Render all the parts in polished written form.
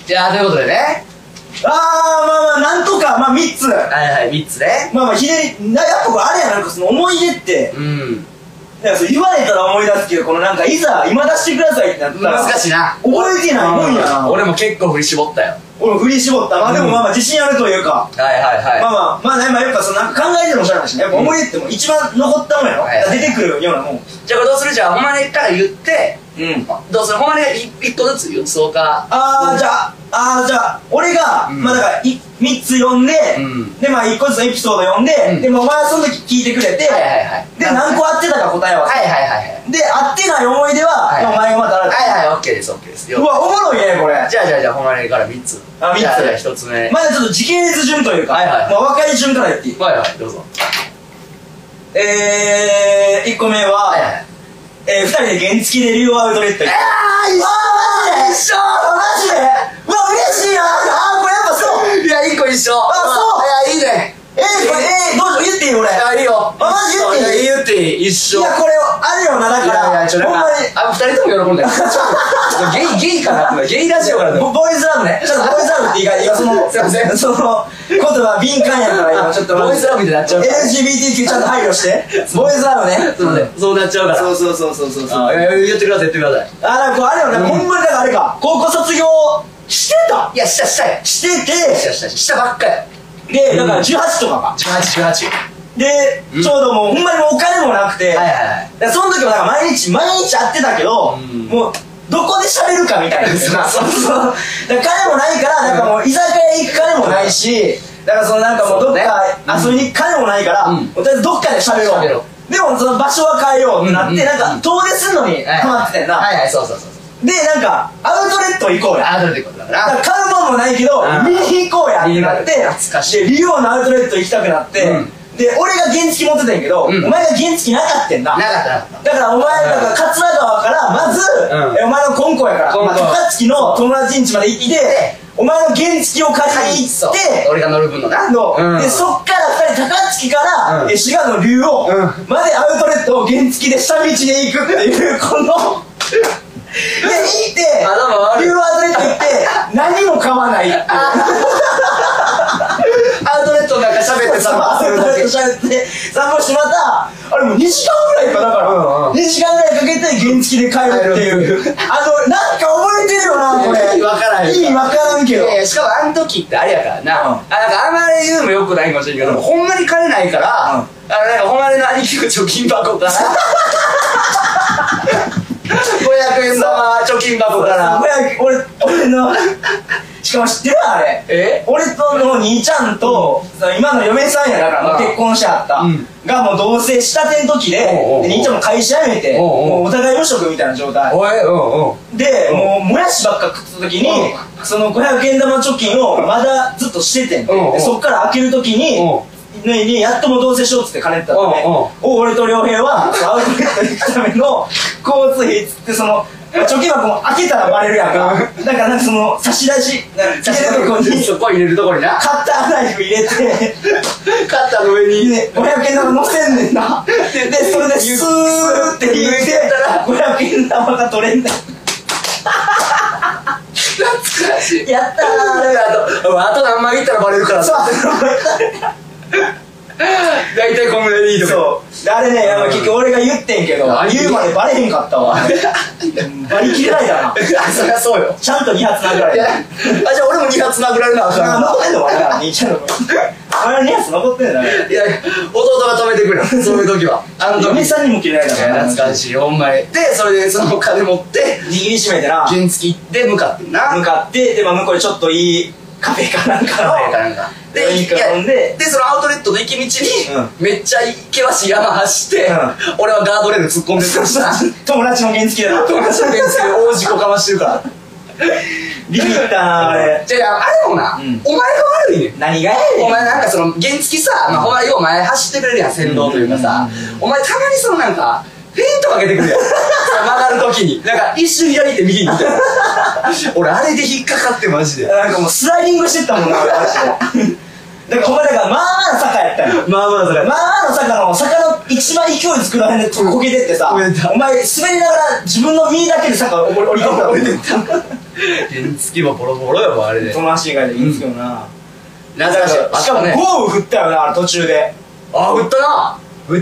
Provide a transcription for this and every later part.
じゃあ、ということでね。 まあなんとか、まあ3つ。 はいはい、3つね。 まあひねり、やっぱこれあれや、なんかその思い出って、なんかそう言われたら思い出すけど、このなんかいざ今出してくださいってなったら難しいな。 覚えてないもんやな。 俺も結構振り絞ったよ。 俺振り絞った。まあでもまあ自信あるというか。 はいはいはい。 まあやっぱそのなんか考えてもしゃあないしね。やっぱ思い出っても一番残ったもんやろ。出てくるようなもん。 じゃあこれどうする？じゃあほんまにから言って、どうする？ほんまに1個ずつ予想か。 じゃあ俺がまあだから3つ読んで、でまあ1個ずつエピソード読んで、でもお前はその時聞いてくれて、で何個合ってたか答えは。で合ってない思い出はお前がまた。 はいはい、オッケーですオッケーです。 うわおもろいねこれ。じゃあほんまにから3つ。 3つ。 じゃあ1つ目。 まだちょっと時系列順というか、若い順から言っていい？ はいはい、どうぞ。 1個目は2人で原付でリオアウトレット行って。一緒。マジで？うわ嬉しいな。これやっぱそう。 いや1個一緒。 そう。 いやいいね。 これどうしよう言っていい俺。 いいよ。 マジ言っていい？一緒。 いやこれあるよなだから。 ほんまに。2人とも喜んでる。ゲイかな？ゲイラジオからでも。 ボーイズラブね。ちょっとボーイズラブって言い方、すいません。その言葉敏感やから今ちょっと。 ボーイズラブみたいになっちゃう。 LGBTQ ちゃんと配慮して。ボーイズラブね。 そうなっちゃうから。そう。言ってください言ってください。 なんかあれよね、ほんまにだからあれか。高校卒業してた？ いやしたよ。 してて。 したばっかよ。 で、だから18とかか。 18。 で、ちょうどもうほんまにお金もなくて、その時もなんか毎日会ってたけど、もうどこで喋るかみたいな。そう。だから金もないから、なんかもう居酒屋行く金もないし、だからそのなんかもうどっか遊びに行く金もないから、とりあえずどっかで喋ろう。でもその場所は変えようってなって、なんか遠出すんのにハマってたよな。 そう。 で、なんか、アウトレット行こうや。 アウトレット行こうだから。 買うもんもないけど、見に行こうやってなって、で、リオのアウトレット行きたくなって、で、俺が原付持ってたんやけど、お前が原付なかったんだ。 なかった。 だからお前、桂川から、まず、お前のコンコやから、高槻の友達ん家まで行って、お前の原付を借りに行って、 俺が乗る分のな。 で、そっから2人高槻から、滋賀の竜王までアウトレットを原付で下道で行くっていう、この、で、行って、竜王アウトレット行って、何も買わないっていう。 アウトレットなんか喋って散歩するだけ。 喋って散歩してまたあれもう2時間ぐらいかだから2時間ぐらいかけて原付で帰るっていうなんか覚えてるよなこれ。 分からん。 意味分からんけど。 しかもあの時ってあれやからな、なんかあまり言うのもよくないかもしれんけど、ほんまに金ないから、なんかほんまに兄貴の貯金箱から500円玉貯金箱から俺のしかも知ってるあれ俺との兄ちゃんと今の嫁さんやだから結婚しはったがもう同棲したての時で兄ちゃんも会社辞めてもうお互い無職みたいな状態でもうもやしばっか食った時にその500円玉貯金をまだずっとしててんでそっから開ける時にやっとも同棲しようっつって金ってたのね俺と良平はアウトレット行くための交通費っつってその貯金箱も開けたらバレるやんかだからなんかその差し出しそこ入れるとこになカッターナイフ入れてカッターの上に 500円玉乗せんねんなでそれでスーって入れて500円玉が取れんだよ懐かしい。 やったーあと何枚いったらバレるからそう大体こんぐらいでいいとかそうあれね結局俺が言ってんけど言うまでバレへんかったわバリ切れないだなそりゃそうよちゃんと2発殴られたじゃあ俺も2発殴られなあかん残ってんのかな兄ちゃんのあれ2発残ってんだねいや弟が止めてくれそういう時は嫁さんにも切れないだから懐かしいほんまにでそれでその金持って握りしめてな原付行って向かってんな向かってで向こうでちょっといいカフェかなんかでそのアウトレットの行き道にめっちゃ険しい山走って俺はガードレール突っ込んでってました友達の原付でな友達の原付で大事故かましてるからビビったなあれじゃああれもなお前が悪いねん何がやねんお前なんかその原付さほらよう前走ってくれるやん先導というかさお前たまにそのなんかフェイントかけてくるやん曲がるときになんか一瞬左手右にみたいな俺あれで引っかかってマジでなんかもうスライディングしてったもんなマジでだからお前だからまあまあの坂やったよまあまあの坂の一番勢いつくらへんでこけてってさお前滑りながら自分の身だけで坂降りてった原付もボロボロよ、もうあれで。 友達以外で原付もな。 懐かしい。 しかも豪雨降ったよな、途中で。 あ、降ったな。降った。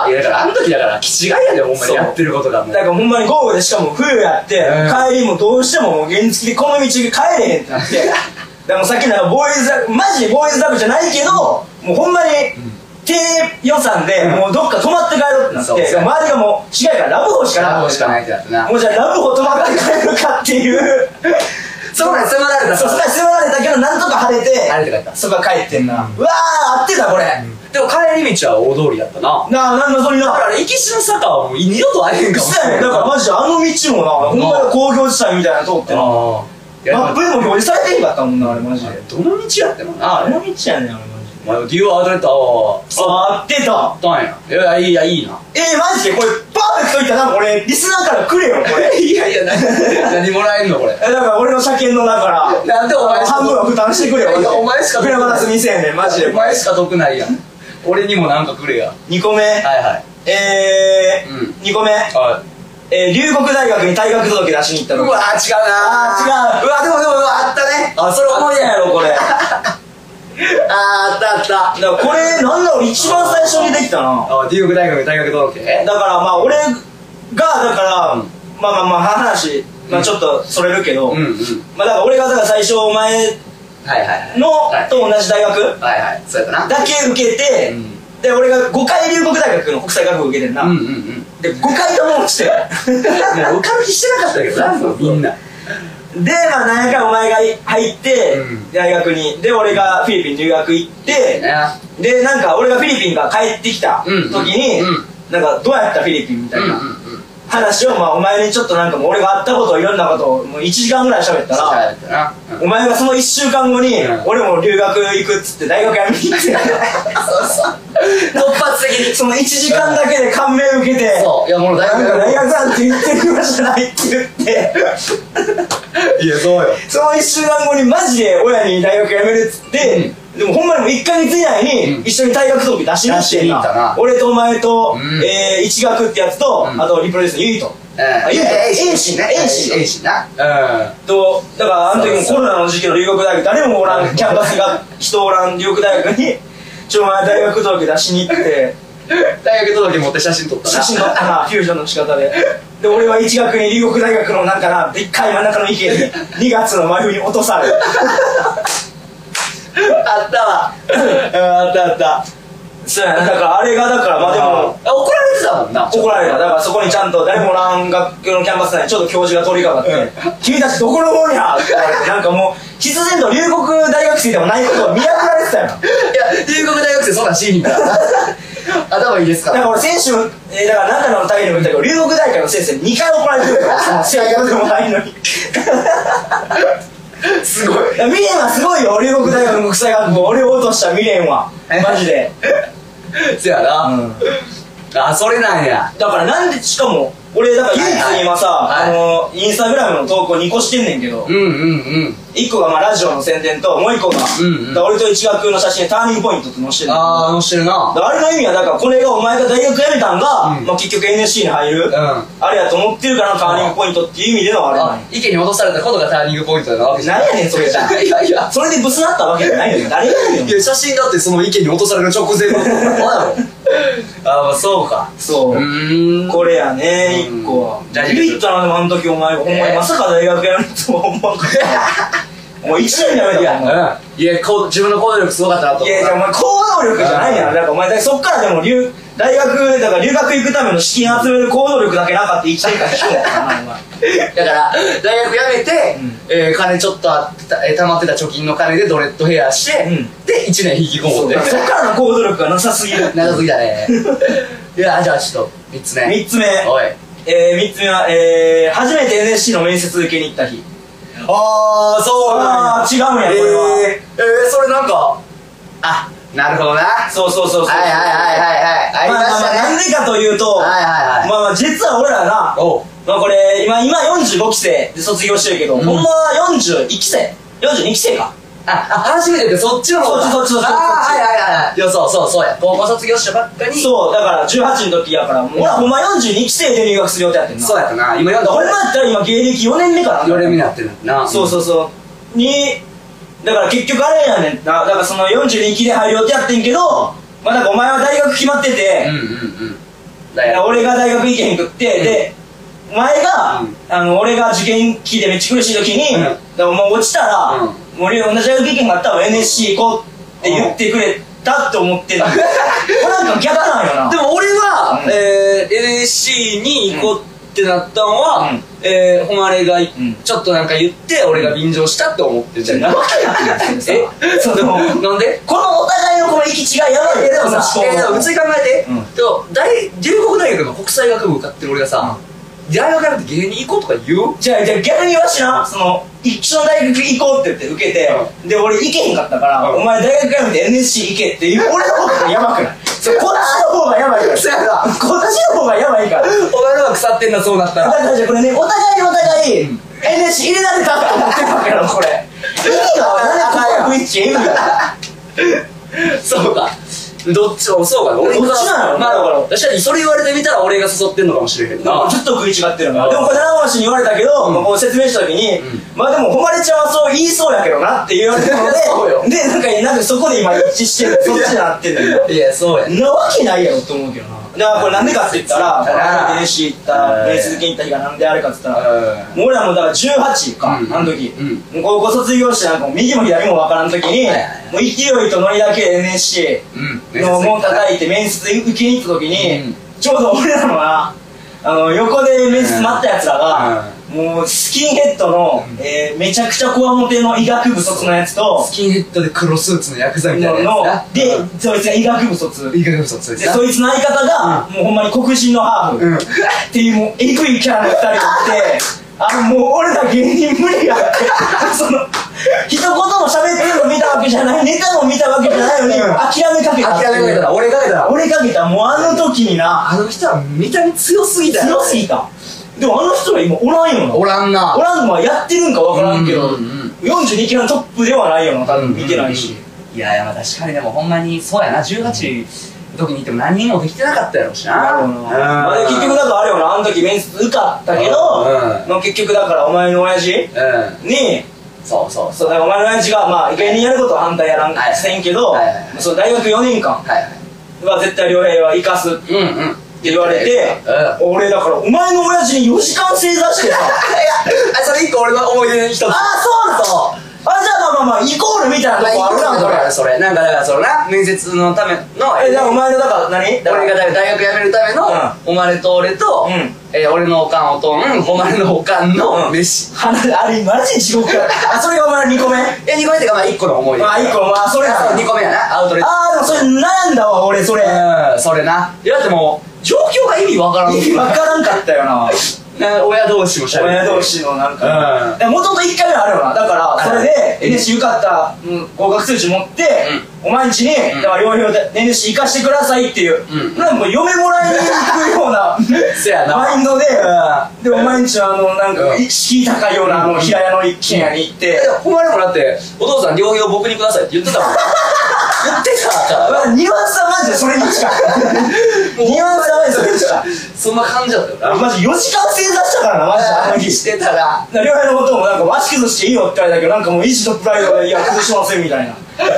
いや、だからあの時だから、気違いやで、ほんまにやってることがもう。 だからほんまに豪雨で、しかも冬やって、帰りもどうしてももう原付でこの道帰れへんってなって。だからもうさっきのボーイズラブ、マジでボーイズラブじゃないけど、もうほんまに、低予算で、もうどっか泊まって帰ろうってなって、周りがもう、違うからラブホしかなかった。ラブホしかないってなってな。もうじゃあラブホ泊まって帰るかっていう。 そこまで迫られた。 そう、そこまで迫られたけど、なんとか晴れて、そこは帰ってんな。うわー、合ってた、これ。 でも帰り道は大通りやったな。 なんだそれな。 だから、行きしの坂はもう二度と会えへんかもしれない。 だからマジであの道もな、ほんまに工業地帯みたいなの通ってな。マップでも表示されてへんかったもんな、あれマジで。 どの道やってもな、 あの道やねん、あれマジで。 お前、理由は当たれたわ。 あ、合ってた。 あったんや。いや、いいな。 マジでこれ、パーフェクトいったらなんか俺、リスナーからくれよ、これ。 いや、何もらえんの、これ。 だから俺の車検のだから、 なんでお前半分は負担してくれよ。 お前しか車出す2000円で、マジで。 お前しか得ないやん。俺にもなんかくれや。 2個目。 はいはい。 2個目。 はい。 龍谷大学に退学届出しに行ったの。 うわー、違うなー。 違う。 うわ、でも、あったね。 あ、それ思い出やろ、これ。 あった。 だからこれ、なんだろう、一番最初にできたな。 龍谷大学に退学届だからまあ、俺が、だから、まあ、話、まあちょっとそれるけど、まあだから俺が最初、お前のと同じ大学そうやったな。 だけ受けて、で、俺が5回龍谷大学の国際学部受けてんな。で、5回とも落ちて。 もう受かる気してなかったけどな、みんな。 で、まあ、なんやかお前が入って、大学に。で、俺がフィリピン留学行って、で、なんか俺がフィリピンから帰ってきた時に、なんか、どうやったフィリピンみたいな話を、まあ、お前にちょっとなんかもう俺があったことをいろんなことをもう1時間ぐらい喋ったら、お前がその1週間後に、俺も留学行くっつって大学辞めに行って、突発的にその1時間だけで感銘受けて、 いやもう大学なんて言ってる暇じゃないって言って、 いやそうよ。 その1週間後にマジで親に大学辞めるっつって、でもほんまにも1ヶ月以内に一緒に退学届出しに来てんな。俺とお前と一学ってやつと、あとリプロデュースのゆいと。A 氏な。と、だからあの時もコロナの時期の龍谷大学、誰もおらん、キャンパスが人おらん龍谷大学に、お前大学届出しに行って、 大学届持って写真撮ったな。 写真撮ったな、フュージョンの仕方で。で、俺は一学に龍谷大学のなんかな、でっかい真ん中の池に2月の真冬に落とされる。 あったわ。あった。 そうやな、だからあれがだからまあでも怒られてたもんな。 怒られた。だからそこにちゃんと誰もおらん学校のキャンパス内にちょっと教授が通りかかって「君たちどこの方にゃ!」って言われて、なんかもう必然と龍谷大学生でもないことを見破られてたよな。いや、龍谷大学生そんなんしにから頭いいですかだから俺先週だから中の大会でも言ったけど、龍谷大学の先生に2回怒られてるからその試合でもないのにすごい。未練はすごいよ、龍谷大学の国際学部俺を落とした未練はマジで。 そやな。あ、それなんや。 だからなんで、しかも俺だから唯一今さ、インスタグラムの投稿2個してんねんけど、1個がまあラジオの宣伝と、もう1個が俺と一学の写真でターニングポイントって載してる。 ああ、載してるな。 あれの意味はだからこれがお前が大学辞めたんが結局 NSC に入るあれやと思ってるからターニングポイントっていう意味でのあれなんや。 池に落とされたことがターニングポイントなわけじゃん。 何やねんそれじゃ。いやそれでブスなったわけじゃないのよ。誰やねん。 いや写真だってその池に落とされる直前のああ、まあそうか。 そう。これやね、1個は。ビビったな、でもあの時お前ほんまにまさか大学やるとは思わんかった。もう1年やめてやんの。 いや、自分の行動力すごかったなと思う。 いや、じゃあお前行動力じゃないやん。だからお前そっからでも大学、だから留学行くための資金集める行動力だけなかった1年間しようかな、お前。 だから大学辞めて、金ちょっと貯まってた貯金の金でドレッドヘアして、で1年引きこもってそっからの行動力がなさすぎる。 なさすぎだね。いや、じゃあちょっと3つ目。 3つ目。 おい。 3つ目は初めて NSC の面接受けに行った日。 ああ、そうなんや。 ああ、違うんや、これは。 それなんか、あ、なるほどな。 そう。 はい。ありましたね。 なんでかというと、まあ実は俺らな、まあこれ今45期生で卒業してるけど、ほんまは41期生、42期生か。 初めてってそっちの方そっち。 はいはい。いや、そうや。高校卒業したばっかに。 そう、だから18の時やから、俺はほんま42期生で入学する予定やってんな。 そうやったな。今読んだ。 俺もやったら今芸歴4年目かな。 4年目になってるな。 そう。だから結局あれやねんな。だからその42期で入る予定やってんけど、まあなんかお前は大学決まってて、俺が大学行けへんくって、で、お前が、俺が受験期でめっちゃ苦しい時に、もう落ちたら、俺同じ大学行けへんかったら NSC 行こうって言ってくれたって思ってる。これなんか逆なんよな。 でも俺は、NSC に行こうってなったのは、誉れがちょっとなんか言って、俺が便乗したって思ってる。 じゃあ、なわけなくなってるさ。 なんでこのお互いのこの行き違いやばい。 でもさ、普通に考えて、龍谷大学の国際学部受かってる俺がさ、大学やめて芸人行こうとか言う？ じゃあ逆にわしな、一緒の大学行こうって言って受けて、で、俺行けへんかったから、お前大学やめて NSC 行けっていう、俺の方がやばくない？こっちの方がやばいから。そうやな。こっちの方がやばいから。 お前の方が腐ってんだ、そうなったら。 だからじゃあこれね、お互い NSC 入れられたって思ってるわけやろ、これ。意味が何でここ不一致意味が。 そうか。どっちもそうか。 どっちなの？ まあだから、確かにそれ言われてみたら俺が誘ってんのかもしれへんな。 ずっと食い違ってるから。でもこれ七回しに言われたけど、こう説明した時に、まあでも誉ちゃんはそう言いそうやけどなって言われたので、で、なんかそこで今一致してる、そっちになってんだよ。 いや、そうや。 なわけないやろと思うけどな。だからこれなんでかって言ったら、NSC 行った、鈴木行った日がなんであれかって言ったら、もう俺らもだから18か、あの時。高校卒業してなんか右も左もわからん時に、もう勢いとノリだけで NSC の門叩いて面接受けに行った時に、ちょうど俺らのな、横で面接待ったやつらが、もうスキンヘッドのめちゃくちゃこわもての医学部卒のやつと、 スキンヘッドで黒スーツのヤクザみたいなやつで、そいつが医学部卒で、そいつの相方がもうほんまに黒人のハーフっていうもうエグいキャラの2人がいて、もう俺ら芸人無理やって一言も喋ってるの見たわけじゃない、ネタも見たわけじゃないのに諦めかけた。 俺かけた。 もうあの時にな、 あの人は見た目強すぎたよ。 強すぎた。でもあの人が今おらんよな。 おらんな。 おらんのはやってるんかわからんけど、42キロのトップではないよな、多分見てないし。 いや、まあ確かにでもほんまにそうやな、18の時にいても何にもできてなかったやろうしな。 まあ結局だからあれよな、あの時面接受かったけど、結局だからお前の親父に、そうだからお前の親父がまあ芸人やることは反対やらんせんけど、その大学4年間は絶対良平は生かすって言われて、俺だからお前の親父に4時間正座してさ、 それ一個俺の思い出の一つ。 そうじゃあまあイコールみたいなとこあるな、 それなんかだからそのな、面接のためのじゃあお前のだから何？ 俺が大学辞めるためのお前と俺と俺のおかんおとん、お前のおかんの飯。 あれマジ地獄や。それがお前の2個目？いや2個目ってかまあ1個の思い出。 1個、まあそれ 2個目やな、アウトレット。 でもそれ悩んだわ俺、それ。 それな。いやだってもう状況が意味わからん。 意味わからんかったよな。 親同士もしゃべって、 親同士のなんかもともと1回目あるよな。だからそれで NSC 受かった合格通知持ってお前んちにだから両方で NSC 行かしてくださいっていうなんか嫁もらいに行くようなマインドでお前んちはなんか敷居高いような平屋の一軒家に行って、 お前らもだってお父さん両方僕にくださいって言ってたもん。言ってたから。 ニュアンスはマジでそれに近い。ニュアンスはマジでそれに近い。 そんな感じだったよな。 マジ4時間正座したからな、マジであの日してたら両親のこともなんか足崩していいよって言われたけど、なんかもう意地とプライドでいや崩しませんみたいな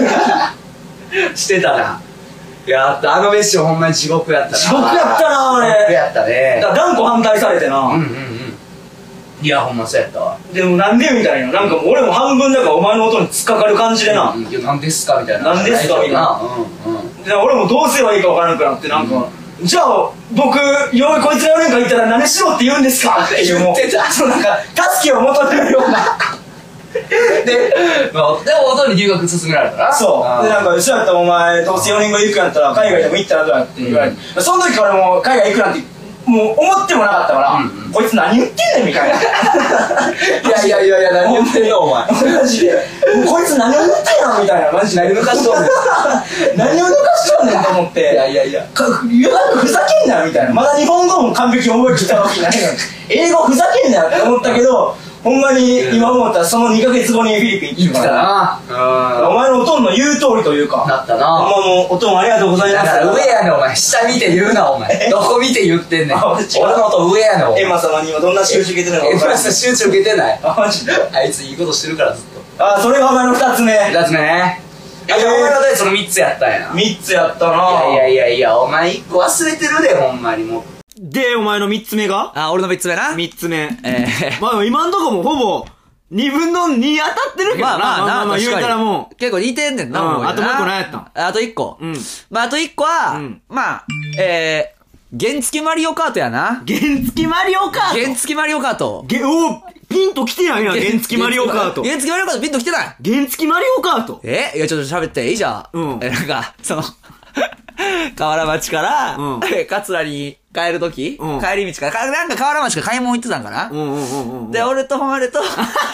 してたな。いやあの飯ほんまに地獄やったな。 地獄やったなあれ。 地獄やったね。 だから断固反対されてな。 いやほんまそうやったわ。 でもなんでみたいな、なんかもう俺も半分だからお前の音に突っかかる感じでな。 いやなんですかみたいな。 なんですかみたいな。で俺もどうすればいいか分からなくなって、なんかじゃあ僕こいつが4年間行ったら何しろって言うんですかっていう、もう言ってた。 そうなんか助けを求めるようなでも音に留学進められたらそうで、なんかそうやったらお前どうせ4年後行くんやったら海外でも行ったらどうやって言われて、その時からもう海外行くなんてもう思ってもなかったから、こいつ何言ってんねんみたいな。 いや何言ってんのお前マジでこいつ何を言ってんのみたいな。マジで何抜かしとんねん何を抜かしとんねんと思って、ふざけんなよみたいな。まだ日本語も完璧に覚えてきたわけじゃないのに英語ふざけんなよって思ったけど、 ほんまに今思ったらその2ヶ月後にフィリピン行ってたな。お前のおとんの言う通りというか。 だったな。 ほんまもうおとんありがとうございます。 だから上やねんお前。下見て言うなお前。どこ見て言ってんねん。俺のおとん上やねん。 エマ様に今どんな集中受けてるのか分からん。 集中受けてない。 マジで。 あいついいことしてるからずっと。 あ、それがお前の2つ目。 2つ目ね。お前のその3つやったんやな。 3つやったな。 いや、お前1個忘れてるで、ほんまにもう。 で、お前の3つ目があ、俺の3つ目な。 3つ目。まあ今んとこもほぼ、2分の2当たってるけどな。まあ言うたらもう。 結構似てんねんな、もう。 あともう1個何やったん？ あと1個。まああと1個は、まあ、原付マリオカートやな。 原付マリオカート原付マリオカート。 ピンと来てないな、原付マリオカート。 原付マリオカートピンと来てない。 原付マリオカートいや、ちょっと喋っていいじゃん。なんか、河原町から、桂に帰るとき、帰り道から、なんか河原町から買い物行ってたんかな。で、俺と誉れと、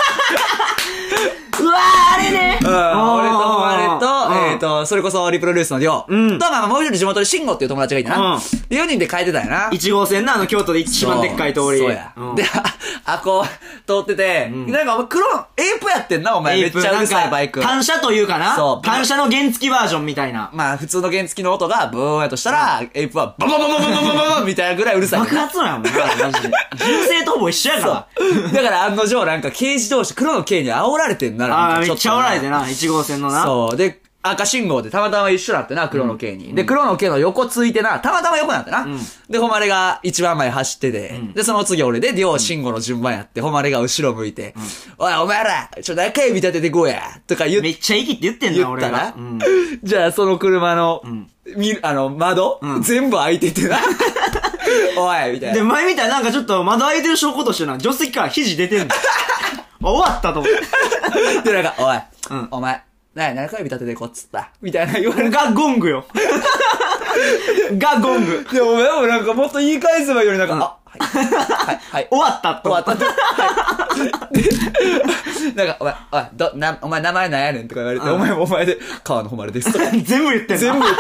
うわー、あれね。 俺と誉れと、それこそリプロデュースのりょう。と、まあもう一人地元で慎吾っていう友達がいてな。で、4人で帰ってたんやな。 1号線な、京都で一番でっかい通り。 そうや。で、こう、通ってて、なんかお前黒、エイプやってんな、お前。めっちゃうるさいバイク。 単車というかな。 そう。 単車の原付バージョンみたいな。 まあ、普通の原付の音がブーンやとしたら、エイプはバババババババババみたいなぐらいうるさい。 爆発なんやもんな、マジで。純正とほぼ一緒やから。 だから案の定なんか軽自動車、黒の軽に煽られてんな。 めっちゃ煽られてな、1号線のな。 そう。で、赤信号でたまたま一緒だってな、黒の軽に。で、黒の軽の横ついてな、たまたま横なんてな。で、誉れが一番前走ってて、で、その次俺で、両信号の順番やって、誉れが後ろ向いて、おい、お前ら、仲良い見立ててこうや、とか言って。 めっちゃいいって言ってんな、俺ら。 じゃあ、その車の、窓全部開いててな。おい、みたいな。 で、前みたいなんかちょっと窓開いてる証拠としてな、助手席から肘出てんの。終わったと思って。 で、なんか、おい、お前、仲良い見立ててこっつった。みたいな言われて。 がゴングよ。がゴング。 で、お前もなんかもっと言い返せばいいよりなんか、はい。 終わったと。 終わった。はい。で、なんか、お前名前なんやねんとか言われて、お前もお前で、川野誉ですとか。 全部言ってんの。 全部言って。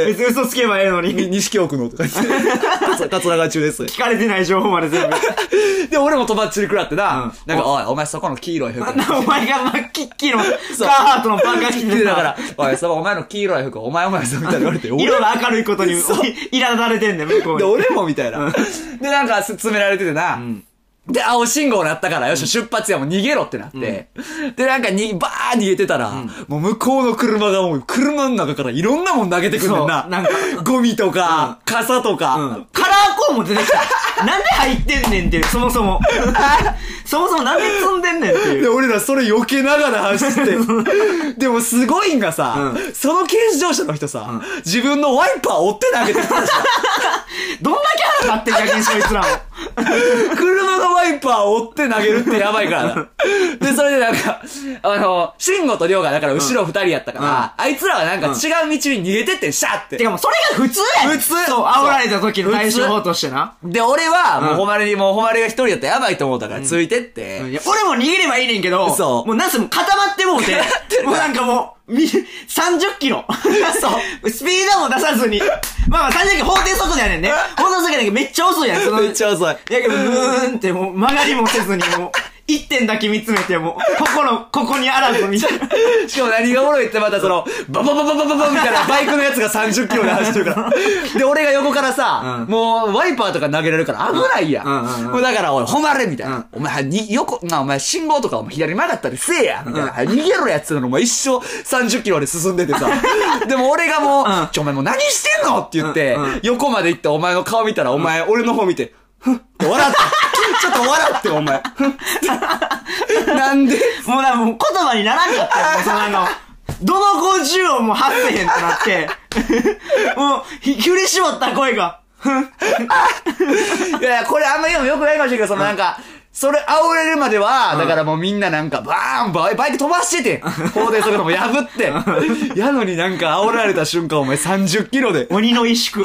別に嘘つけばええのに。 西京区のとか言って。桂川中です。 聞かれてない情報まで全部。 で、俺もとばっちり食らってな。なんか、おい、お前そこの黄色い服。 お前が真っ黄っきの、カーハートのパンが着てる。 だから、おい、お前の黄色い服、お前みたいな言われて。 色が明るいことに、いらだれてんねん、向こうに。 で、俺もみたいな。で、なんか、詰められててな。で、青信号になったから、よし、出発や、もう逃げろってなって。で、なんかバー逃げてたら、もう向こうの車がもう、車の中からいろんなもん投げてくんねんな。なんか、ゴミとか、傘とか。 カラーコーンも出てきた。なんで入ってんねんっていう、そもそも。そもそもなんで積んでんねんっていう。 で、俺らそれ避けながら走って。でもすごいんがさ、その軽自動車の人さ、自分のワイパー追って投げてきたでしょ。 どんだけ腹立ってんじゃけん、そいつらも。 車のワイパーを追って投げるってやばいからな。で、それでなんか、慎吾と亮がだから後ろ二人やったから、あいつらはなんか違う道に逃げてってシャーって。 てかもうそれが普通やん。 普通。 そう、煽られた時の対処法としてな。 で、俺は、もう誉れが一人やったらやばいと思ったからついてって。 俺も逃げればいいねんけど、そう。もうなんせ固まってもうて、もうなんかもう、30キロ。そう。スピードも出さずに。まあ30キロ法定速度やねんね。法定速度やけどめっちゃ遅いやん。 めっちゃ遅い。 やけど、ブーンってもう曲がりもせずにもう、一点だけ見つめてもここにあらずみたいな。 しかも何がおもろいってまたその、バババババババみたいなバイクのやつが30キロで走ってるから。で、俺が横からさ、もうワイパーとか投げられるから危ないやん。もうだからおい、誉れみたいな。お前、お前信号とかお前左曲がったりせえやみたいな。逃げろやつなのお前一生30キロで進んでてさ。でも俺がもう、お前もう何してんのって言って、横まで行ってお前の顔見たらお前、俺の方見て、ふんって笑った。ちょっと笑って、お前。なんでもう言葉にならんかったよ、もうそのどの50音も発せへんってなって、もう、振り絞った声が、 いや、これあんま言うのよくないかもしれんけど、そのなんか、それ煽れるまでは、だからもうみんななんか、バイク飛ばしてて、法定速度も破って、やのになんか煽られた瞬間、お前30キロで。 鬼の萎縮。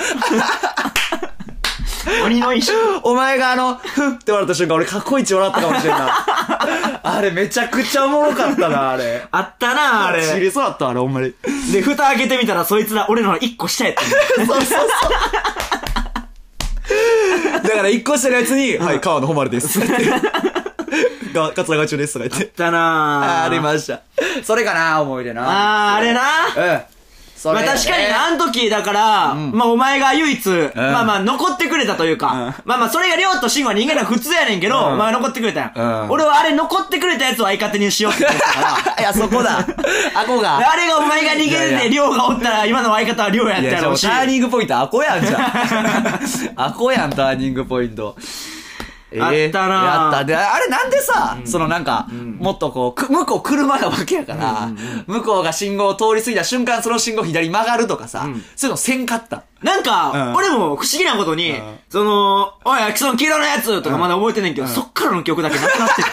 鬼の萎縮。 お前がふんって笑った瞬間、俺過去一笑ったかもしれんな。あれめちゃくちゃおもろかったな、あれ。 あったな、あれ。 知りそうだった、あれ、ほんまに。 で、蓋開けてみたら、そいつら俺の1個下やったんだ。そう。 だから1個下のやつに、はい、川野誉です。 桂川中ですとか言って。 だなありました。それかな、思い出な。 あれな。まあ確かにな、あの時、だから、まあお前が唯一、まあまあ残ってくれたというか、まあまあそれが亮と慎は人間の普通やねんけど、まあ残ってくれたやん。俺はあれ残ってくれたやつを相方にしようって言ってたから。 いや、そこだ。あこが。 あれがお前が逃げて亮がおったら、今の相方は亮やったやろうし。 ターニングポイント、あこやんじゃん。あこやん、ターニングポイント。 あったなやった。で、あれなんでさ、そのなんか、もっとこう、向こう車なわけやから、向こうが信号を通り過ぎた瞬間、その信号左曲がるとかさ、そういうのせんかった。 なんか、俺も不思議なことに、その、おい、その黄色のやつとかまだ覚えてんねんけど、そっからの記憶だけなくなってる。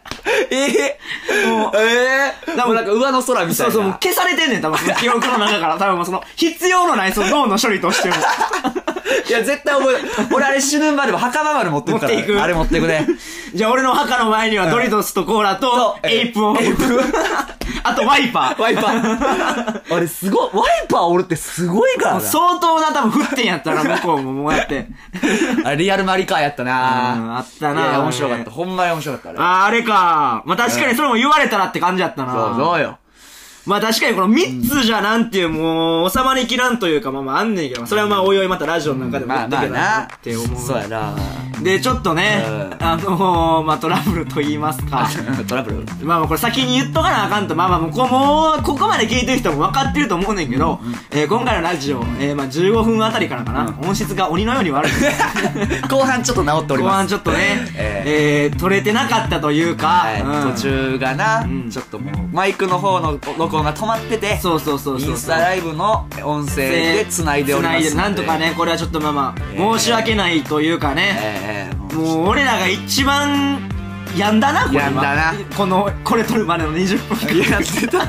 もうなんか上の空みたいな。 そう、もう消されてんねん、多分、記憶の中から。多分もうその、必要のない、その脳の処理としても。 いや、絶対覚え、俺あれ死ぬまでも墓場まで持ってくから。 持っていく。 あれ持ってくね。 じゃあ俺の墓の前にはドリトスとコーラと、エイプを。あとワイパー。 ワイパー。あれすごい、ワイパーおるってすごいからな。 相当な多分降ってんやったら向こうももうやって。 あれリアルマリカーやったな。 あったな。 いや、面白かった。ほんまに面白かった。 あれか。まあ確かにそれも言われたらって感じやったな。 そうよ。 まあ確かにこの3つじゃなんていうもう収まりきらんというかまあまああんねんけど、それはまあおいおいまたラジオの中でも言ってけどなって思う。 そうやな。 でちょっとね、まあトラブルと言いますか。 トラブルまあまあこれ先に言っとかなあかんと、まあまあもうここまで聞いてる人も分かってると思うねんけど、今回のラジオ、まあ15分あたりからかな、音質が鬼のように悪い。 後半ちょっと直っております。 後半ちょっとね、取れてなかったというか、 途中がな、ちょっともうマイクの方の録音が止まってて、 そうインスタライブの音声で繋いでおります。 なんとかね、これはちょっとまあまあ、申し訳ないというかね、もう俺らが一番やんだな、これは。 やんだな。 これ撮るまでの20分やってた。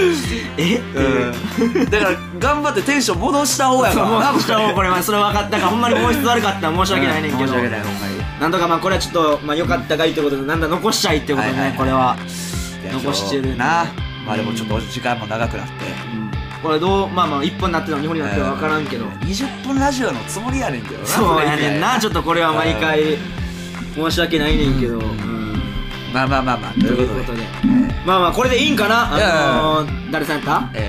だから頑張ってテンション戻した方やからな。 戻した方、これはそれ分かったから、ほんまに音質悪かったら申し訳ないねんけど、 申し訳ない、ほんまに。 なんとかまあこれはちょっとまあ良かったかいということで、なんだ残しちゃいってことでね、これは残してるな。 まあでもちょっと時間も長くなって、 これまあまあ1分になってるの日本になってるの分からんけど、 20分ラジオのつもりやねんけどな。 そうやねんな。ちょっとこれは毎回申し訳ないねんけど、 まあということで、 まあまあこれでいいんかな。誰さんやった？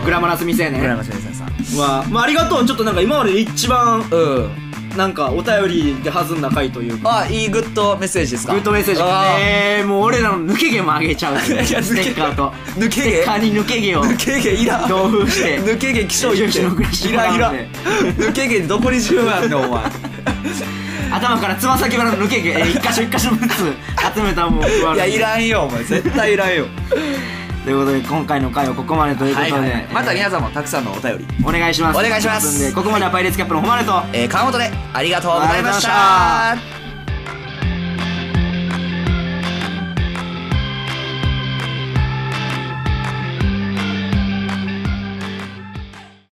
グラマラス未成年。 グラマラス未成年さんはまあありがとう。ちょっとなんか今までで一番なんかお便りで弾んだ回というか、 いいグッドメッセージですか？ グッドメッセージ。もう俺らの抜け毛もあげちゃう。ステッカーと抜け毛、 ステッカーに抜け毛をいらん。 同封して抜け毛気象言っていらん抜け毛どこに需要あんねんお前。 頭からつま先までの抜け毛一箇所ずつ集めたもん。いやいらんよお前、絶対いらんよ。 ということで今回の回はここまでということで、 また皆さんもたくさんのお便りお願いします。 お願いします。 ここまではパイレーツキャップの誉れと川本でありがとうございました。